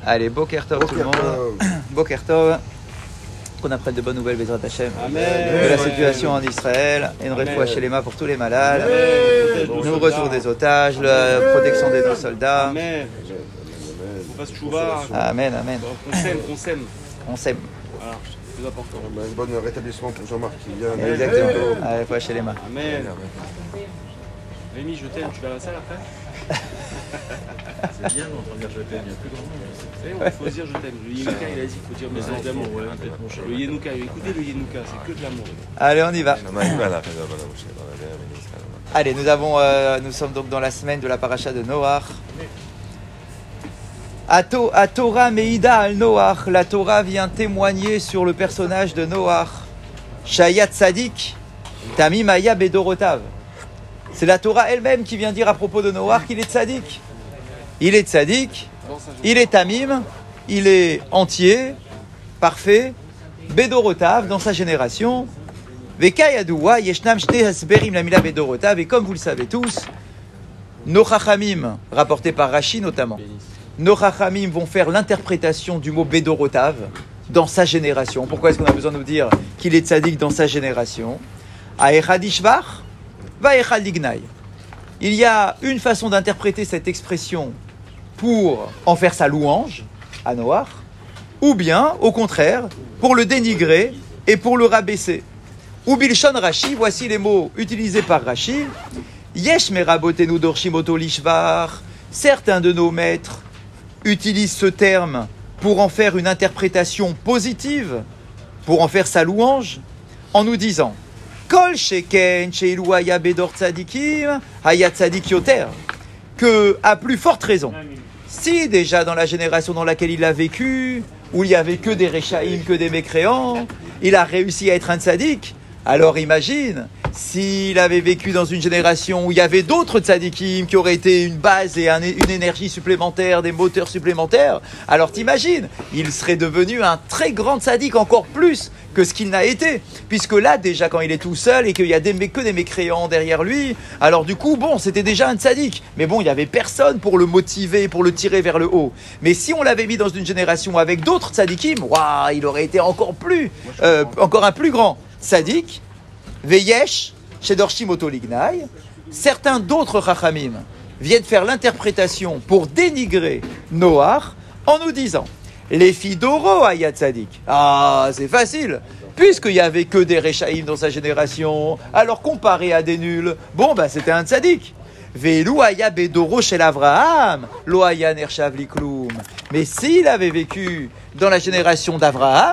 Allez, Boker Tov tout le monde. Boker Tov. Qu'on apprenne de bonnes nouvelles, Bezrat Hashem. De la situation en Israël. Et une réfoua chez les mains pour tous les malades. Le retour des otages, la protection des deux soldats. Amen. On fasse chouva. Amen, amen. On s'aime. On s'aime. Voilà, c'est plus important. Un bon rétablissement pour Jean-Marc qui vient. Exactement. Allez, réfoua chez les mains. Amen. Rémi, je t'aime, tu vas à la salle après? C'est bien d'entendre dire je t'aime, il y a plus grand monde. Il faut dire je t'aime. Le Yenouka, il a dit qu'il faut dire message d'amour. Le Yenouka, écoutez le Yenouka, c'est que de l'amour. Allez, on y va. Allez, nous sommes donc dans la semaine de la paracha de Noach. À Torah Meida al Noach, la Torah vient témoigner sur le personnage de Noach. Shayat Tzadik, Tamim Aya Bedorotav. C'est la Torah elle-même qui vient dire à propos de Noach qu'il est tzaddik. Il est tzaddik, il est tamim, il est entier, parfait, bedorotav dans sa génération. Vekayadoua yeshnam shte hasberim la mila bedorotav. Et comme vous le savez tous, nos chachamim, rapportés par Rashi notamment, nos chachamim vont faire l'interprétation du mot bedorotav dans sa génération. Pourquoi est-ce qu'on a besoin de nous dire qu'il est tzaddik dans sa génération? Aechad ishvach va'echad lignai. Il y a une façon d'interpréter cette expression pour en faire sa louange à Noach, ou bien, au contraire, pour le dénigrer et pour le rabaisser. Ou Bilshon Rashi, voici les mots utilisés par Rashi. Yesh merabotenu dorshimoto lishvar. Certains de nos maîtres utilisent ce terme pour en faire une interprétation positive, pour en faire sa louange, en nous disant Kol sheken sheilu haya bedor tzadikim haya tzadik yoter, que, à plus forte raison, si déjà dans la génération dans laquelle il a vécu, où il n'y avait que des réchaïm, que des mécréants, il a réussi à être un tzaddik, alors imagine, s'il avait vécu dans une génération où il y avait d'autres tzadikim qui auraient été une base et une énergie supplémentaire, des moteurs supplémentaires, alors t'imagines, il serait devenu un très grand tzaddik, encore plus que ce qu'il n'a été. Puisque là, déjà, quand il est tout seul et qu'il y a que des mécréants derrière lui, alors du coup, bon, c'était déjà un tzaddik. Mais bon, il n'y avait personne pour le motiver, pour le tirer vers le haut. Mais si on l'avait mis dans une génération avec d'autres tzadikim, waouh, il aurait été encore un plus grand tzaddik. Veyesh, Shedorshim Otolignai. Certains d'autres chachamim viennent faire l'interprétation pour dénigrer Noach en nous disant les filles d'Oro ayat tzadik. Ah, c'est facile. Puisqu'il n'y avait que des réchaïm dans sa génération, alors comparé à des nuls, bon, bah c'était un tzadik. Velu aya bedoro shel Avraham, lo aya nershav likloum. Mais s'il avait vécu dans la génération d'Avraham,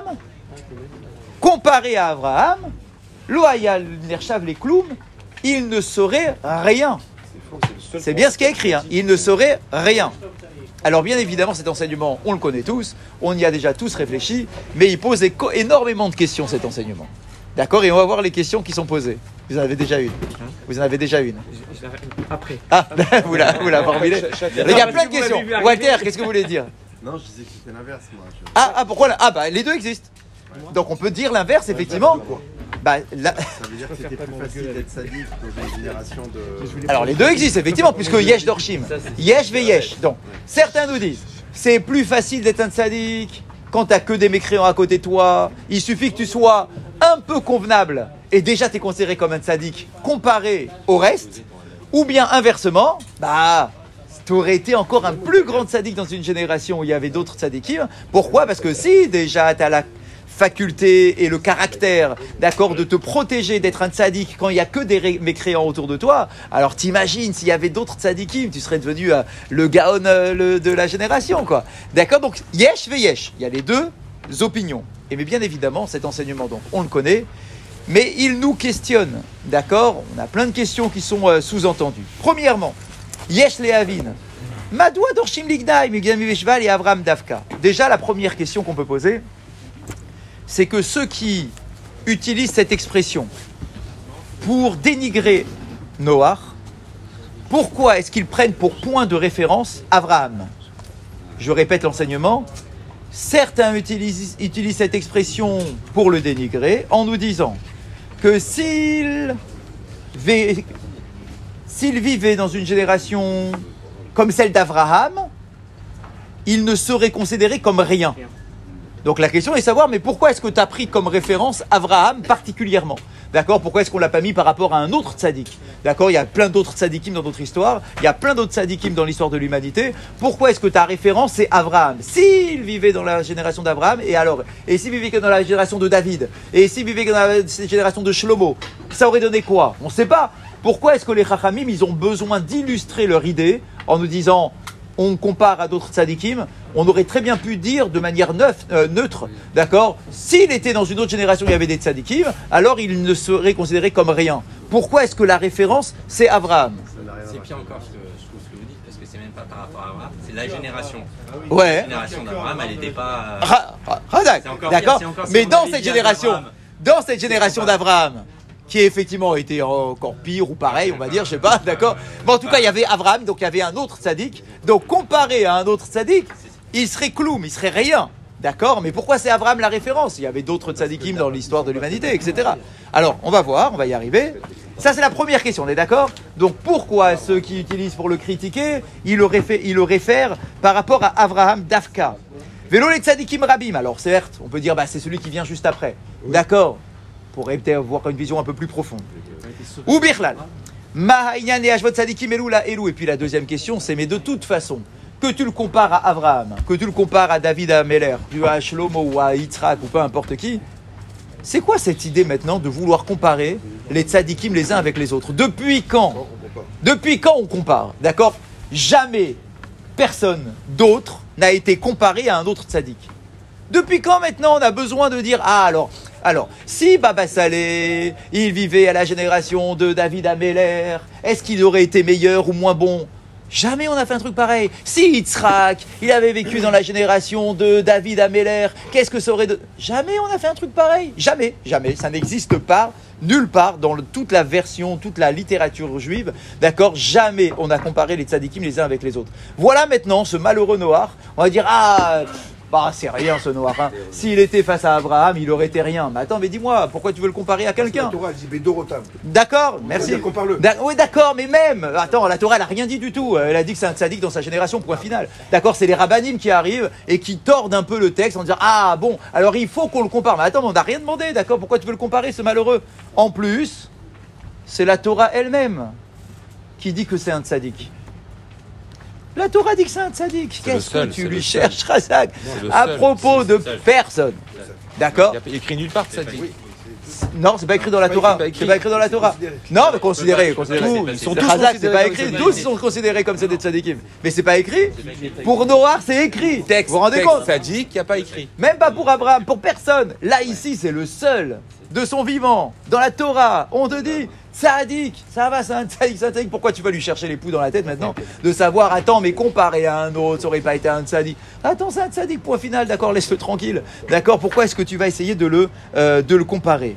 comparé à Avraham, lo aya nershav likloum, il ne saurait rien. C'est bien ce qui est écrit, hein. Il ne saurait rien. Alors bien évidemment cet enseignement, on le connaît tous, on y a déjà tous réfléchi, mais il pose énormément de questions cet enseignement. D'accord? Et on va voir les questions qui sont posées. Vous en avez déjà une. Vous en avez déjà une. Après. Ah, vous la formulez. Il y a plein de questions. Walter, qu'est-ce que vous voulez dire? Non, je disais que c'était l'inverse, moi. Ah, pourquoi là? Ah, bah les deux existent. Donc on peut dire l'inverse, effectivement. Bah, là... Ça veut dire que c'était plus facile d'être sadique dans une génération de... Alors les deux existent effectivement, puisque Yesh Dorshim, Yesh ve Yesh. Donc certains nous disent, c'est plus facile d'être un tzaddik quand t'as que des mécréants à côté de toi. Il suffit que tu sois un peu convenable et déjà t'es considéré comme un tzaddik comparé au reste. Ou bien inversement, bah... tu aurais été encore un plus grand tzaddik dans une génération où il y avait d'autres tzaddikim. Pourquoi? Parce que si déjà t'as la faculté et le caractère, d'accord, de te protéger, d'être un tzaddik quand il n'y a que des mécréants autour de toi, alors t'imagines s'il y avait d'autres tzaddikim, tu serais devenu le gaon de la génération, quoi. D'accord? Donc, yesh ve yesh. Il y a les deux opinions. Et mais bien évidemment, cet enseignement, donc, on le connaît, mais il nous questionne, d'accord? On a plein de questions qui sont sous-entendues. Premièrement, yesh lehavin. Madoua dorshim lignai, migami veshval et Avram davka. Déjà, la première question qu'on peut poser, c'est que ceux qui utilisent cette expression pour dénigrer Noach, pourquoi est-ce qu'ils prennent pour point de référence Abraham? Je répète l'enseignement. Certains utilisent cette expression pour le dénigrer en nous disant que s'il vivait dans une génération comme celle d'Abraham, il ne serait considéré comme rien. Donc la question est de savoir, mais pourquoi est-ce que tu as pris comme référence Abraham particulièrement? D'accord? Pourquoi est-ce qu'on l'a pas mis par rapport à un autre tzaddik? D'accord? Il y a plein d'autres tzaddikim dans notre histoire, il y a plein d'autres tzaddikim dans l'histoire de l'humanité. Pourquoi est-ce que ta référence c'est Abraham? S'il vivait dans la génération d'Abraham, et s'il vivait que dans la génération de David, et s'il vivait que dans la génération de Shlomo, ça aurait donné quoi? On ne sait pas. Pourquoi est-ce que les Chachamim, ils ont besoin d'illustrer leur idée en nous disant on compare à d'autres tzadikim? On aurait très bien pu dire de manière neutre, d'accord? S'il était dans une autre génération, il y avait des tzadikim, alors il ne serait considéré comme rien. Pourquoi est-ce que la référence, c'est Abraham? C'est pire encore ce que je trouve ce que vous dites, parce que c'est même pas par rapport à Abraham, c'est la génération. Ouais. La génération d'Abraham, elle n'était pas... D'accord. Mais dans cette génération génération d'Abraham, qui effectivement était encore pire ou pareil, on va dire, je sais pas, d'accord? Mais en tout cas, il y avait Abraham, donc il y avait un autre tzaddik. Donc comparé à un autre tzaddik, il serait cloum, il serait rien. D'accord? Mais pourquoi c'est Abraham la référence? Il y avait d'autres tzaddikim dans l'histoire de l'humanité, etc. Alors, on va voir, on va y arriver. Ça, c'est la première question, on est d'accord? Donc, pourquoi ceux qui utilisent pour le critiquer, ils le réfèrent par rapport à Abraham d'Afka? Vélo les tzaddikim rabim. Alors, certes, on peut dire, c'est celui qui vient juste après. D'accord? Pour peut-être avoir une vision un peu plus profonde. Ou Birlal. Mahaïnyan et Ashvot tzaddikim elou la elou. Et puis, la deuxième question, c'est, mais de toute façon, que tu le compares à Abraham, que tu le compares à David Ameller, à Shlomo ou à Yitzhak ou peu importe qui, c'est quoi cette idée maintenant de vouloir comparer les tzadikim les uns avec les autres? Depuis quand? Depuis quand on compare? D'accord? Jamais personne d'autre n'a été comparé à un autre tzadik. Depuis quand maintenant on a besoin de dire alors, si Baba Saleh, il vivait à la génération de David Ameller, est-ce qu'il aurait été meilleur ou moins bon? Jamais on a fait un truc pareil. Si Yitzhak, il avait vécu dans la génération de David Ameller, qu'est-ce que ça aurait de... Jamais on a fait un truc pareil. Jamais. Ça n'existe pas, nulle part, dans toute la version, toute la littérature juive. D'accord? Jamais on a comparé les tzadikim les uns avec les autres. Voilà maintenant ce malheureux Noach. On va dire, c'est rien ce Noach. Hein. S'il était face à Abraham, il aurait été rien. Mais attends, mais dis-moi, pourquoi tu veux le comparer à quelqu'un? La Torah dit Bédorotam. D'accord, merci. Compare-le. Oui, d'accord, mais même. Attends, la Torah, elle a rien dit du tout. Elle a dit que c'est un tzaddik dans sa génération, point final. D'accord, c'est les rabbanim qui arrivent et qui tordent un peu le texte en disant bon, alors il faut qu'on le compare. Mais attends, mais on n'a rien demandé, d'accord? Pourquoi tu veux le comparer, ce malheureux? En plus, c'est la Torah elle-même qui dit que c'est un tzaddik. La Torah dit que c'est un tzaddik. Qu'est-ce que tu lui cherches, Razak? À propos de personne. D'accord? Il n'y a écrit nulle part tzaddik. Non, c'est pas écrit dans la Torah. C'est pas écrit dans la Torah. Non, mais considérés. Ils sont tous considérés. C'est pas écrit. Tous ils sont considérés comme c'est des tzadikim. Mais c'est pas écrit. Pour Noach, c'est écrit. Vous vous rendez compte? Tzaddik, il n'y a pas écrit. Même pas pour Abraham, pour personne. Là, ici, c'est le seul de son vivant. Dans la Torah, on te dit tzaddik, ça va, c'est un tzaddik. Pourquoi tu vas lui chercher les poux dans la tête maintenant? De savoir, attends, mais comparé à un autre, ça aurait pas été un tzaddik. Attends, c'est un tzaddik, point final, d'accord, laisse-le tranquille. D'accord, pourquoi est-ce que tu vas essayer de le comparer?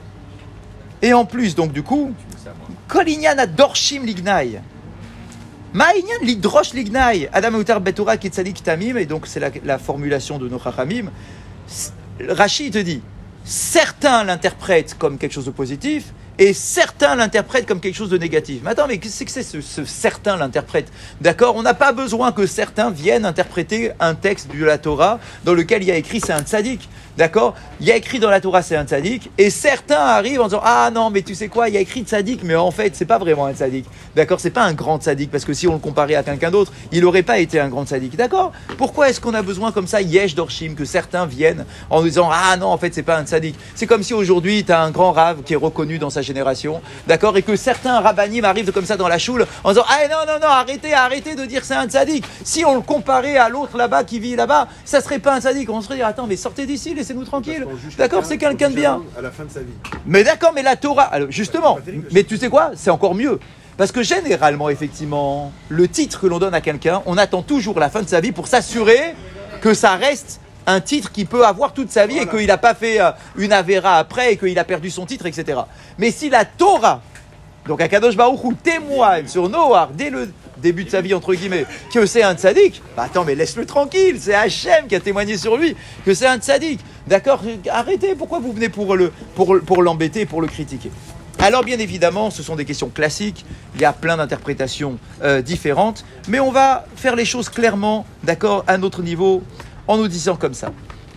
Et en plus, donc du coup, Kolinyan adorshim lignai. Ma'inyan lidrosh lignai. Adam Eutar Betora Ketzadik Tamim. Et donc, c'est la formulation de nos Chachamim. Rashi te dit, certains l'interprètent comme quelque chose de positif et certains l'interprètent comme quelque chose de négatif. Mais attends, mais qu'est-ce que c'est ce certains l'interprètent? D'accord? On n'a pas besoin que certains viennent interpréter un texte de la Torah dans lequel il y a écrit c'est un tzaddik. D'accord? Il y a écrit dans la Torah c'est un tzaddik et certains arrivent en disant non mais tu sais quoi, il y a écrit tzaddik mais en fait c'est pas vraiment un tzaddik. D'accord? C'est pas un grand tzaddik parce que si on le comparait à quelqu'un d'autre, il n'aurait pas été un grand tzaddik. D'accord? Pourquoi est-ce qu'on a besoin comme ça yesh dorshim que certains viennent en disant non en fait c'est pas un tzaddik? C'est comme si aujourd'hui tu as un grand rave qui est reconnu dans sa génération, d'accord, et que certains rabbanim arrivent comme ça dans la choule en disant non arrêtez de dire c'est un tzaddik. Si on le comparait à l'autre là-bas qui vit là-bas, ça serait pas un tzaddik. On serait dire attends mais sortez d'ici, laissez-nous tranquille. D'accord, c'est quelqu'un de bien. À la fin de sa vie. Mais d'accord, mais la Torah, alors, justement, mais tu sais quoi, c'est encore mieux. Parce que généralement, effectivement, le titre que l'on donne à quelqu'un, on attend toujours la fin de sa vie pour s'assurer que ça reste un titre qu'il peut avoir toute sa vie et qu'il n'a pas fait une avéra après et qu'il a perdu son titre, etc. Mais si la Torah, donc Akadosh Baruch Hu témoigne sur Noach dès le début de sa vie, entre guillemets, que c'est un tzaddik, attends, mais laisse-le tranquille, c'est Hachem qui a témoigné sur lui que c'est un tzaddik. D'accord? Arrêtez, pourquoi vous venez pour l'embêter, pour le critiquer? Alors bien évidemment, ce sont des questions classiques, il y a plein d'interprétations différentes, mais on va faire les choses clairement, d'accord, à notre niveau, en nous disant comme ça.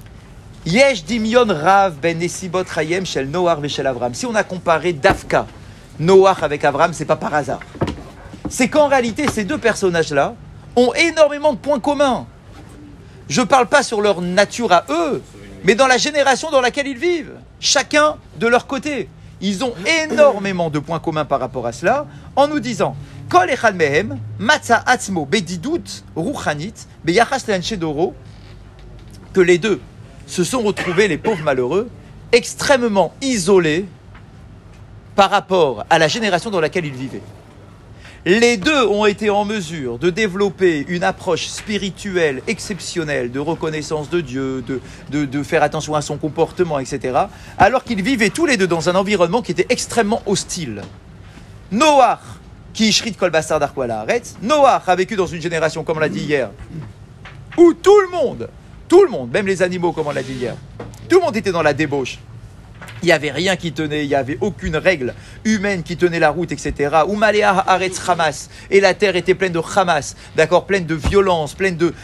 Yesh dimion rav ben nesibot chayem shel Noach veshel Avram. Si on a comparé Dafka, Noach avec Avram, c'est pas par hasard. C'est qu'en réalité, ces deux personnages-là ont énormément de points communs. Je ne parle pas sur leur nature à eux, mais dans la génération dans laquelle ils vivent. Chacun de leur côté. Ils ont énormément de points communs par rapport à cela, en nous disant Kol echad mehem matza atzmo bedidut ruchanit beyachas le'anshe doro, que les deux se sont retrouvés, les pauvres malheureux, extrêmement isolés par rapport à la génération dans laquelle ils vivaient. Les deux ont été en mesure de développer une approche spirituelle exceptionnelle, de reconnaissance de Dieu, de faire attention à son comportement, etc., alors qu'ils vivaient tous les deux dans un environnement qui était extrêmement hostile. Noach, qui ishrit kol basar darkwala haaretz, Noach a vécu dans une génération, comme on l'a dit hier, où tout le monde, même les animaux, comme on l'a dit hier, tout le monde était dans la débauche. Il n'y avait rien qui tenait, il n'y avait aucune règle humaine qui tenait la route, etc. Ou Maléa Haaretz Hamas, et la terre était pleine de Hamas, d'accord, pleine de violence, pleine de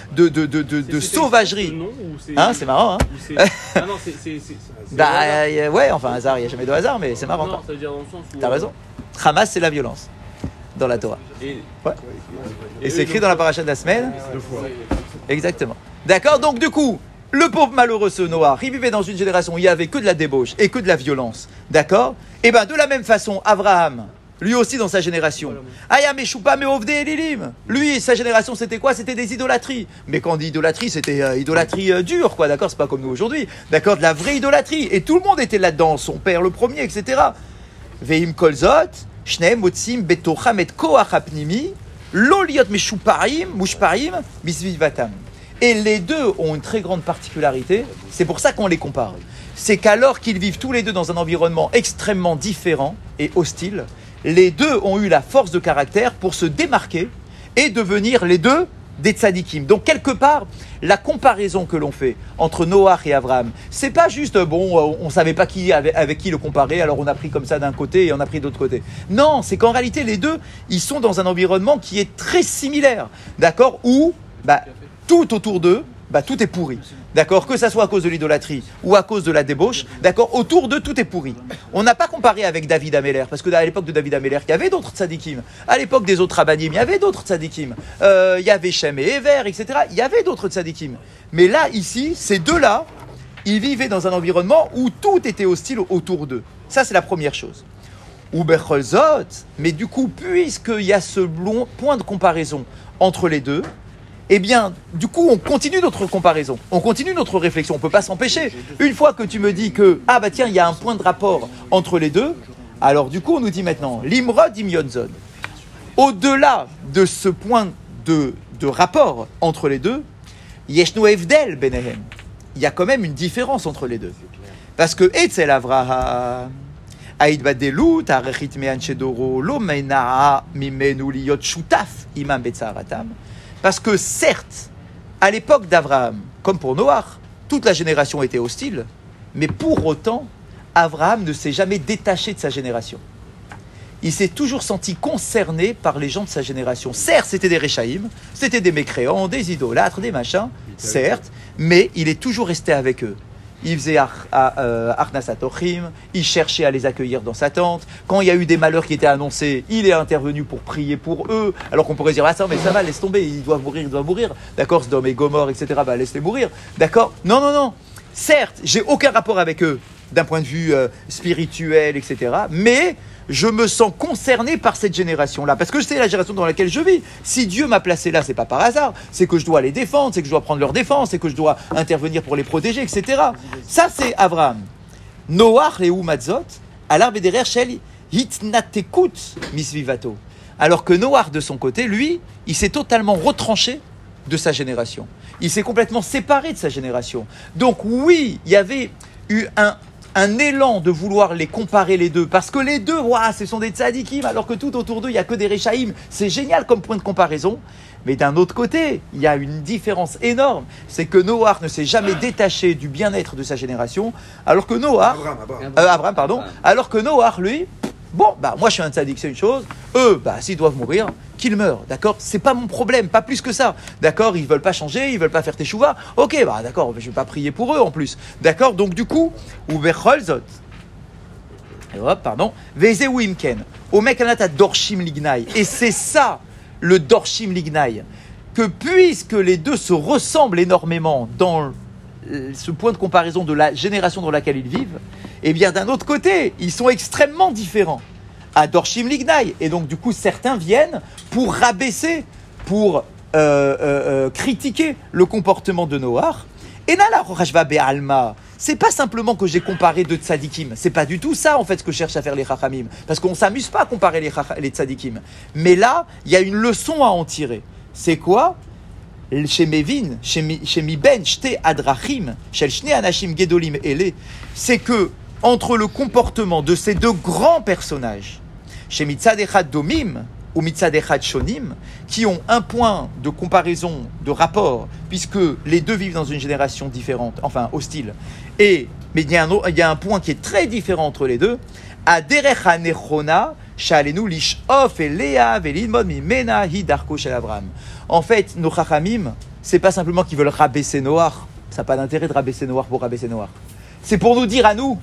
sauvagerie. Hein, c'est marrant, hein. Ah non, c'est Bah ouais, enfin hasard, il n'y a jamais de hasard, mais c'est marrant. Non, ça veut dire dans le sens où. T'as raison. Hamas, c'est la violence dans la Torah. Ouais. Et c'est écrit dans la paracha de la semaine. 2 fois. Exactement. D'accord, donc du coup. Le pauvre malheureux ce Noach, il vivait dans une génération où il n'y avait que de la débauche et que de la violence. D'accord ? Et bien de la même façon, Abraham, lui aussi dans sa génération. Aya Meshupa Meovde Elilim. Lui, sa génération, c'était quoi ? C'était des idolâtries. Mais quand on dit idolâtrie, c'était idolâtrie dure, quoi. D'accord ? C'est pas comme nous aujourd'hui. D'accord ? De la vraie idolâtrie. Et tout le monde était là-dedans. Son père le premier, etc. Veim Kolzot, Shneem Motzim Betocham et Koach Apnimi, Loliot Meshuparim, Mushparim, Bisvivatam. Et les deux ont une très grande particularité, c'est pour ça qu'on les compare. C'est qu'alors qu'ils vivent tous les deux dans un environnement extrêmement différent et hostile, les deux ont eu la force de caractère pour se démarquer et devenir les deux des tzadikim. Donc quelque part, la comparaison que l'on fait entre Noach et Abraham, c'est pas juste, on savait pas avec qui le comparer, alors on a pris comme ça d'un côté et on a pris de l'autre côté. Non, c'est qu'en réalité, les deux, ils sont dans un environnement qui est très similaire, d'accord, où tout autour d'eux, tout est pourri. D'accord ? Que ça soit à cause de l'idolâtrie ou à cause de la débauche, d'accord ? Autour d'eux, tout est pourri. On n'a pas comparé avec David Améler, parce que à l'époque de David Améler, il y avait d'autres tzadikim. À l'époque des autres rabbanim, il y avait d'autres tzadikim. Il y avait Shem et Ever, etc. Il y avait d'autres tzadikim. Mais là, ici, ces deux-là, ils vivaient dans un environnement où tout était hostile autour d'eux. Ça, c'est la première chose. Ou Becholzot, mais du coup, puisqu'il y a ce long point de comparaison entre les deux, eh bien, du coup, on continue notre comparaison, on continue notre réflexion, on ne peut pas s'empêcher. Une fois que tu me dis que, tiens, il y a un point de rapport entre les deux, alors du coup, on nous dit maintenant, l'imrod imyonzon. Au-delà de ce point de rapport entre les deux, yeshno evdel benehem. Il y a quand même une différence entre les deux. Parce que, etzel Avraham, Aïd badelut, arechit me'an shedoro, lo mena'a mimenu liyot shutaf, imam betzaratam. Parce que certes, à l'époque d'Abraham, comme pour Noach, toute la génération était hostile, mais pour autant, Abraham ne s'est jamais détaché de sa génération. Il s'est toujours senti concerné par les gens de sa génération. Certes, c'était des Réchaïm, c'était des mécréants, des idolâtres, des machins, certes, mais il est toujours resté avec eux. Il faisait Arnasat Ochim, il cherchait à les accueillir dans sa tente. Quand il y a eu des malheurs qui étaient annoncés, il est intervenu pour prier pour eux. Alors qu'on pourrait dire, mais ça va, laisse tomber, ils doivent mourir. D'accord, Sodome et Gomorrhe, etc., laisse-les mourir. D'accord ? Non. Certes, j'ai aucun rapport avec eux d'un point de vue spirituel, etc., mais je me sens concerné par cette génération-là, parce que c'est la génération dans laquelle je vis. Si Dieu m'a placé là, c'est pas par hasard, c'est que je dois les défendre, c'est que je dois prendre leur défense, c'est que je dois intervenir pour les protéger, etc. Ça, c'est Abraham. Noach et Umatzot, alar bederer shel hitnatekut misvivato. Alors que Noach, de son côté, lui, il s'est totalement retranché de sa génération. Il s'est complètement séparé de sa génération. Donc oui, il y avait eu un élan de vouloir les comparer les deux, parce que les deux, ce sont des tzadikim, alors que tout autour d'eux, il n'y a que des réchaïm. C'est génial comme point de comparaison, mais d'un autre côté, il y a une différence énorme, c'est que Noach ne s'est jamais détaché du bien-être de sa génération, alors que Abraham, alors que Noach, lui, Bon, bah moi je suis un tzaddik, c'est une chose. Eux, bah s'ils doivent mourir, qu'ils meurent, d'accord? C'est pas mon problème, pas plus que ça, d'accord? Ils veulent pas changer, ils veulent pas faire teshuva. Ok, bah d'accord, je vais pas prier pour eux en plus, d'accord? Donc du coup, ou becholzot. Hop, pardon. Veze wimken. Omek anata dorshim lignai. Et c'est ça le dorshim lignai, que puisque les deux se ressemblent énormément dans ce point de comparaison de la génération dans laquelle ils vivent, eh bien d'un autre côté, ils sont extrêmement différents. À Dorshim Lignai. Et donc du coup, certains viennent pour rabaisser, pour critiquer le comportement de Noach. Et là, la Rashva Be'alma, c'est pas simplement que j'ai comparé deux tzadikim. C'est pas du tout ça, en fait, ce que cherchent à faire les chachamim. Parce qu'on s'amuse pas à comparer les tzadikim. Mais là, il y a une leçon à en tirer. C'est quoi? Chez Mevin, chez Miben, Shte Adrachim, Shel Shne Anashim Gedolim Ele, c'est que entre le comportement de ces deux grands personnages, chez Mitzad Echad Domim ou Mitzad Echad Shonim, qui ont un point de comparaison, de rapport, puisque les deux vivent dans une génération différente, enfin hostile, mais il y a un point qui est très différent entre les deux, Aderech HaNechona, Shalenu Lishof Elea Velimod Mimena Hidarko Shel Avraham. En fait, nos chachamim, c'est pas simplement qu'ils veulent rabaisser Noach, ça n'a pas d'intérêt de rabaisser Noach pour rabaisser Noach. C'est pour nous dire à nous,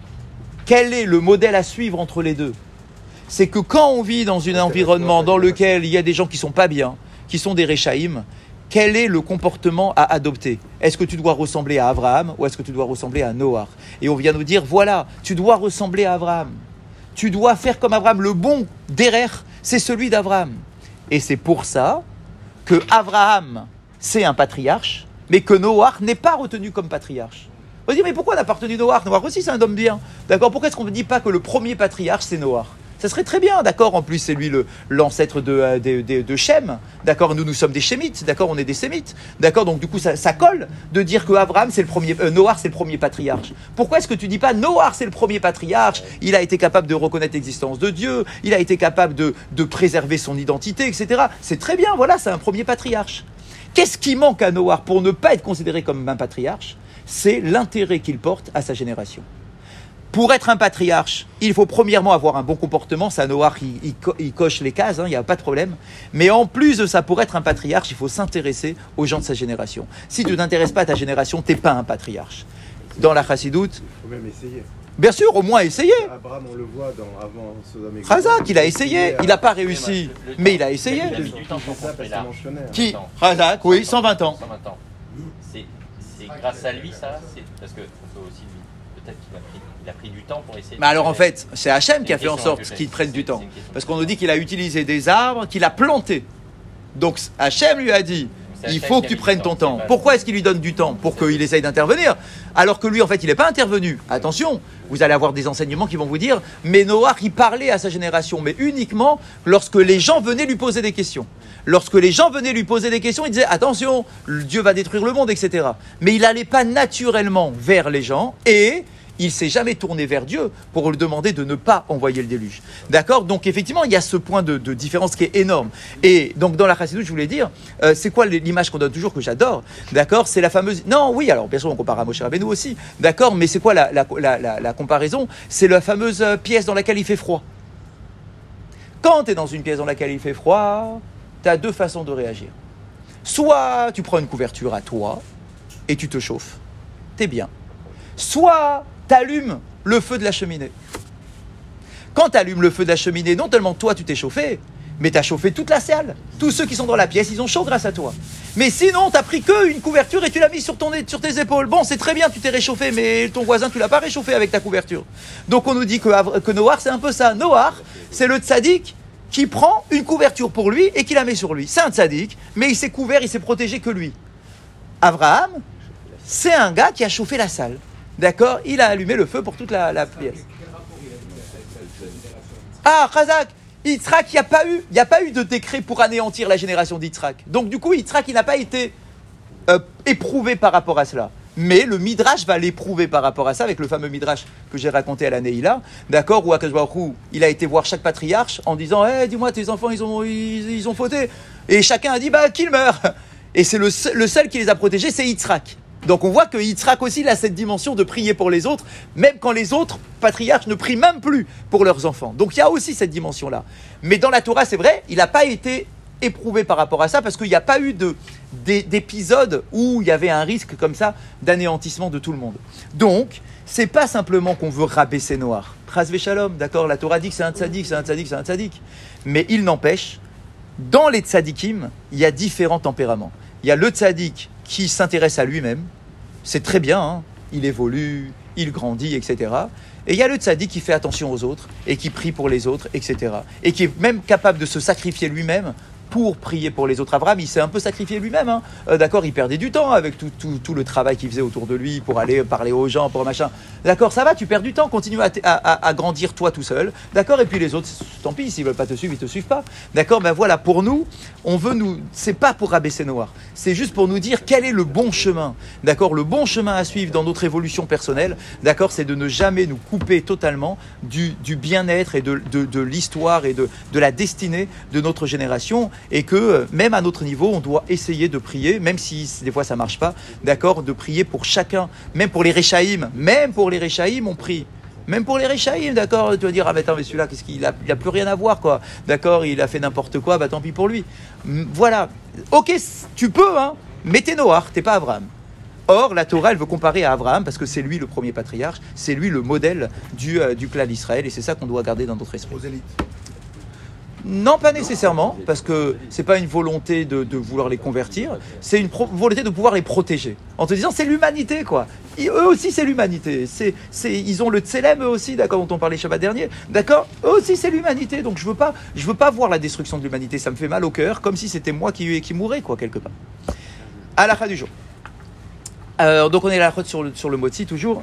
quel est le modèle à suivre entre les deux? C'est que quand on vit dans un environnement dans lequel il y a des gens qui sont pas bien, qui sont des réchaïm, quel est le comportement à adopter? Est-ce que tu dois ressembler à Abraham ou est-ce que tu dois ressembler à Noach? Et on vient nous dire, voilà, tu dois ressembler à Abraham. Tu dois faire comme Abraham. Le bon derrière, c'est celui d'Abraham. Et c'est pour ça que Abraham, c'est un patriarche, mais que Noach n'est pas retenu comme patriarche. On dit, mais pourquoi on n'a pas retenu Noach? Noach aussi, c'est un homme bien. D'accord? Pourquoi est-ce qu'on ne dit pas que le premier patriarche, c'est Noach? Ça serait très bien, d'accord? En plus, c'est lui l'ancêtre de Shem. D'accord? Nous sommes des Shémites. D'accord? On est des Sémites. D'accord? Donc, du coup, ça colle de dire que Abraham, c'est le premier, Noach, c'est le premier patriarche. Pourquoi est-ce que tu dis pas Noach, c'est le premier patriarche? Il a été capable de reconnaître l'existence de Dieu. Il a été capable de préserver son identité, etc. C'est très bien, voilà, c'est un premier patriarche. Qu'est-ce qui manque à Noach pour ne pas être considéré comme un patriarche? C'est l'intérêt qu'il porte à sa génération. Pour être un patriarche, il faut premièrement avoir un bon comportement. Ça, Noach, il coche les cases, il n'y a pas de problème. Mais en plus de ça, pour être un patriarche, il faut s'intéresser aux gens de sa génération. Si tu ne t'intéresses pas à ta génération, tu n'es pas un patriarche. Dans la chassidoute, il faut même essayer. Bien sûr, au moins essayer. Abraham, on le voit avant Sodome et Razak, il a essayé. Il n'a pas réussi, mais il a essayé. Il a mis du temps pour construire là. Qui? Razak, oui, 120 ans. 120 ans. C'est grâce à lui, ça? Parce que on peut aussi peut-être qu'il a pris du temps pour essayer. Mais alors en fait, c'est Hachem qui a fait en sorte qu'il prenne du temps. Parce qu'on nous dit qu'il a utilisé des arbres, qu'il a plantés. Donc Hachem lui a dit, il faut que tu prennes ton temps. Pourquoi est-ce qu'il lui donne du temps? Pour qu'il essaye d'intervenir. Alors que lui, en fait, il n'est pas intervenu. Attention, vous allez avoir des enseignements qui vont vous dire, mais Noach, il parlait à sa génération, mais uniquement lorsque les gens venaient lui poser des questions. Lorsque les gens venaient lui poser des questions, il disait, attention, Dieu va détruire le monde, etc. Mais il n'allait pas naturellement vers les gens et il ne s'est jamais tourné vers Dieu pour lui demander de ne pas envoyer le déluge. D'accord? Donc effectivement, il y a ce point de différence qui est énorme. Et donc dans la chassidoute, je voulais dire, c'est quoi l'image qu'on donne toujours, que j'adore? D'accord? C'est la fameuse... Non, oui, alors bien sûr, on compare à Moshe Rabbeinu aussi. D'accord? Mais c'est quoi la comparaison? C'est la fameuse pièce dans laquelle il fait froid. Quand tu es dans une pièce dans laquelle il fait froid, tu as deux façons de réagir. Soit tu prends une couverture à toi et tu te chauffes. T'es bien. Soit t'allumes le feu de la cheminée. Quand t'allumes le feu de la cheminée, non seulement toi tu t'es chauffé, mais t'as chauffé toute la salle. Tous ceux qui sont dans la pièce, ils ont chaud grâce à toi. Mais sinon, t'as pris qu'une couverture et tu l'as mis sur tes épaules. Bon, c'est très bien, tu t'es réchauffé, mais ton voisin, tu l'as pas réchauffé avec ta couverture. Donc on nous dit que Noach, c'est un peu ça. Noach, c'est le tzaddik qui prend une couverture pour lui et qui la met sur lui. C'est un tzaddik, mais il s'est couvert, il s'est protégé que lui. Abraham, c'est un gars qui a chauffé la salle. D'accord? Il a allumé le feu pour toute la pièce. Ah, Razak, Yitzhak, il n'y a pas eu de décret pour anéantir la génération d'Yitzhak. Donc du coup, Yitzhak, il n'a pas été éprouvé par rapport à cela. Mais le Midrash va l'éprouver par rapport à ça, avec le fameux Midrash que j'ai raconté à la Neila, d'accord, où Akash Baruch Hu, il a été voir chaque patriarche en disant hey, dis-moi, tes enfants, ils ont fauté. Et chacun a dit bah, qu'il meurt. Et c'est le seul qui les a protégés, c'est Yitzhak. Donc on voit que Yitzhak aussi il a cette dimension de prier pour les autres, même quand les autres patriarches ne prient même plus pour leurs enfants. Donc il y a aussi cette dimension-là. Mais dans la Torah, c'est vrai, il n'a pas été éprouvé par rapport à ça, parce qu'il n'y a pas eu d'épisode où il y avait un risque comme ça d'anéantissement de tout le monde. Donc, c'est pas simplement qu'on veut rabaisser Noach. Chasvé Shalom, d'accord, la Torah dit que c'est un tzaddik, c'est un tzaddik, c'est un tzaddik. Mais il n'empêche, dans les tzaddikim, il y a différents tempéraments. Il y a le tzaddik qui s'intéresse à lui-même, c'est très bien, hein, il évolue, il grandit, etc. Et il y a le tzaddik qui fait attention aux autres, et qui prie pour les autres, etc. Et qui est même capable de se sacrifier lui-même pour prier pour les autres. Abraham, il s'est un peu sacrifié lui-même. Hein. D'accord, il perdait du temps avec tout le travail qu'il faisait autour de lui pour aller parler aux gens, pour machin. D'accord, ça va, tu perds du temps, continue à grandir toi tout seul. D'accord, et puis les autres, tant pis, s'ils veulent pas te suivre, ils te suivent pas. D'accord, ben voilà, pour nous, c'est pas pour rabaisser Noach, c'est juste pour nous dire quel est le bon chemin. D'accord, le bon chemin à suivre dans notre évolution personnelle, d'accord, c'est de ne jamais nous couper totalement du bien-être et de l'histoire et de la destinée de notre génération. Et que même à notre niveau, on doit essayer de prier, même si des fois ça marche pas, d'accord, de prier pour chacun, même pour les Réchaïm, on prie. Même pour les Réchaïm, d'accord, tu vas dire, ah mais attends, mais celui-là, qu'est-ce qu'il a plus rien à voir, quoi. D'accord, il a fait n'importe quoi, bah tant pis pour lui. Voilà. Ok, tu peux, hein, mais t'es Noach, t'es pas Abraham. Or, la Torah, elle veut comparer à Abraham parce que c'est lui le premier patriarche, c'est lui le modèle du clan d'Israël, et c'est ça qu'on doit garder dans notre esprit. Non, pas nécessairement, parce que c'est pas une volonté de vouloir les convertir, c'est une volonté de pouvoir les protéger. En te disant, c'est l'humanité, quoi. Eux aussi, c'est l'humanité. Ils ont le Tselem, eux aussi, d'accord, dont on parlait Shabbat dernier. D'accord, eux aussi, c'est l'humanité. Donc, je veux pas voir la destruction de l'humanité. Ça me fait mal au cœur, comme si c'était moi qui mourais, quoi, quelque part. Halakha du jour. Donc, on est là sur le Motzi, toujours.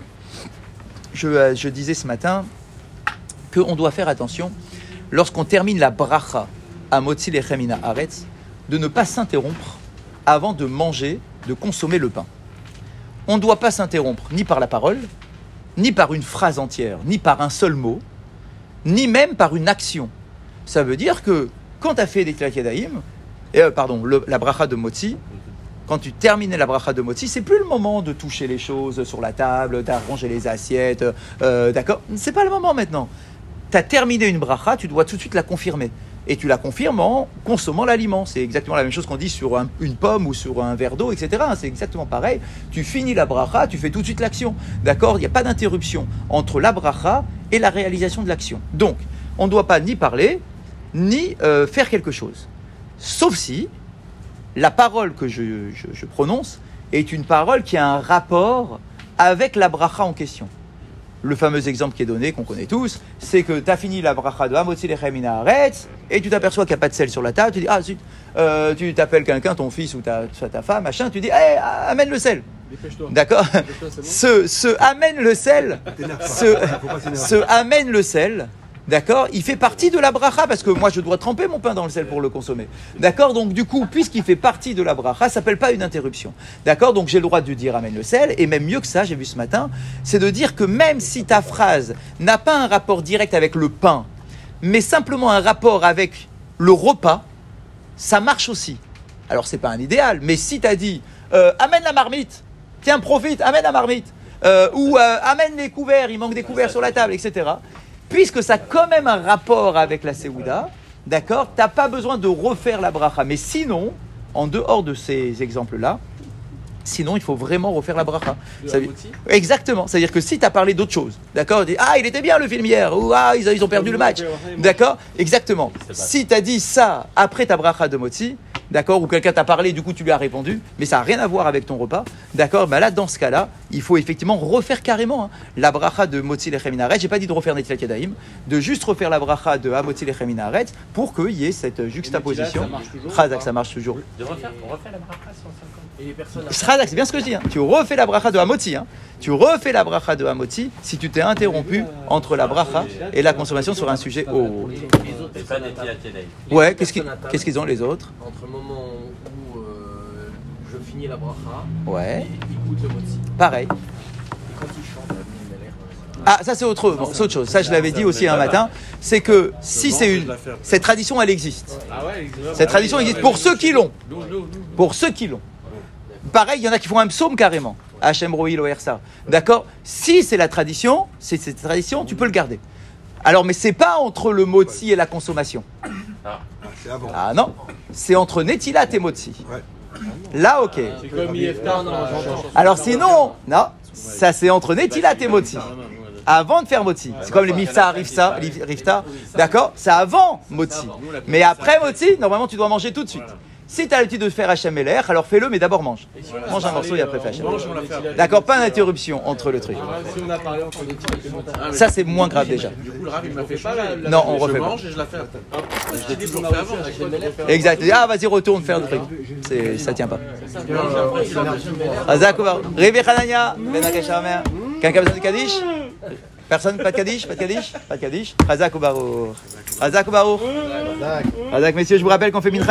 Je disais ce matin qu'on doit faire attention lorsqu'on termine la bracha à Motzi Lechem Min Haaretz, de ne pas s'interrompre avant de manger, de consommer le pain. On ne doit pas s'interrompre ni par la parole, ni par une phrase entière, ni par un seul mot, ni même par une action. Ça veut dire que quand tu as fait des Netilat Yadayim, la bracha de Motzi, quand tu terminais la bracha de Motzi, c'est plus le moment de toucher les choses sur la table, d'arranger les assiettes, d'accord ? C'est pas le moment maintenant. Tu as terminé une bracha, tu dois tout de suite la confirmer. Et tu la confirmes en consommant l'aliment. C'est exactement la même chose qu'on dit sur une pomme ou sur un verre d'eau, etc. C'est exactement pareil. Tu finis la bracha, tu fais tout de suite l'action. D'accord ? Il n'y a pas d'interruption entre la bracha et la réalisation de l'action. Donc, on ne doit pas ni parler, ni faire quelque chose. Sauf si la parole que je prononce est une parole qui a un rapport avec la bracha en question. Le fameux exemple qui est donné, qu'on connaît tous, c'est que tu as fini la bracha de Hamotzi Lechem Min Haaretz et tu t'aperçois qu'il n'y a pas de sel sur la table. Tu dis, ah zut, tu t'appelles quelqu'un, ton fils ou ta femme, machin, tu dis, hey, amène le sel. Dépêche-toi. D'accord ? Dépêche-toi, ce amène le sel, amène le sel, d'accord ? Il fait partie de la bracha, parce que moi je dois tremper mon pain dans le sel pour le consommer. D'accord ? Donc du coup, puisqu'il fait partie de la bracha, ça s'appelle pas une interruption. D'accord ? Donc j'ai le droit de dire amène le sel, et même mieux que ça, j'ai vu ce matin, c'est de dire que même si ta phrase n'a pas un rapport direct avec le pain, mais simplement un rapport avec le repas, ça marche aussi. Alors c'est pas un idéal, mais si tu as dit amène la marmite, tiens profite, amène la marmite, ou amène les couverts, il manque des couverts sur la table, etc. Puisque ça a quand même un rapport avec la Séouda, d'accord, tu n'as pas besoin de refaire la bracha. Mais sinon, en dehors de ces exemples-là, sinon il faut vraiment refaire la bracha. Exactement, c'est-à-dire que si tu as parlé d'autre chose, d'accord, ah il était bien le film hier, ou ah ils ont perdu le match, d'accord, exactement. Si tu as dit ça après ta bracha de Motzi, d'accord, ou quelqu'un t'a parlé, du coup tu lui as répondu, mais ça n'a rien à voir avec ton repas, d'accord, ben là dans ce cas-là, il faut effectivement refaire carrément la bracha de Motzi Lechem Min Haaretz. J'ai pas dit de refaire Netilat Yadayim, de juste refaire la bracha de Motzi Lechem Min Haaretz pour qu'il y ait cette juxtaposition. Chazak, ça marche toujours. On refait la bracha 150. Et les personnes. Chazak, c'est bien ce que je dis. Hein. Tu refais la bracha de Hamotzi. Hein. Tu refais la bracha de Hamotzi si tu t'es interrompu entre la bracha et la consommation sur un sujet. Oh. C'est pas Netilat Yadayim. Ouais, qu'est-ce qu'ils ont les autres? Entre le moment où je finis la bracha ouais. et écoute le Motzi. Pareil. Et quand il chante, il a l'air. Ah, ça c'est autre chose. Ça je l'avais dit aussi un matin. C'est que si cette tradition elle existe. Cette tradition existe pour ceux qui l'ont. Pour ceux qui l'ont. Pareil, il y en a qui font un psaume carrément. Hachem Ro'i Lo Ersar. D'accord? Si c'est la tradition, c'est cette tradition, tu peux le garder. Alors, mais c'est pas entre le motzi et la consommation. C'est avant. Ah non, c'est entre Netilat et motzi. Ouais. Là, ok. C'est comme IFTA. Alors sinon, non, ça c'est entre Netilat et motzi. Avant de faire motzi. C'est comme les mifta, rifta, d'accord? C'est avant motzi. Mais après motzi, normalement tu dois manger tout de suite. Si tu as l'habitude de faire Hachem Meler, alors fais-le, mais d'abord mange. Mange un morceau et après fais Hachem. D'accord, pas d'interruption entre le truc. Si on a parlé entre des types de Ça c'est moins grave déjà. Du coup, le rave, il m'a fait pas la. Non, on refait Je pas. mange et je la fais après. Je t'ai dit de le faire avant. Exact. Ah, vas-y, retourne faire le truc. Ça tient pas. Razak Obar. Réveille Hanania. Ben Akashamer. Quelqu'un a besoin de Kaddish? Personne? Pas de Kaddish? Pas de Kaddish? Pas de Kaddish? Razak Obar. Razak Obar. Razak, messieurs, je vous rappelle qu'on fait mincha.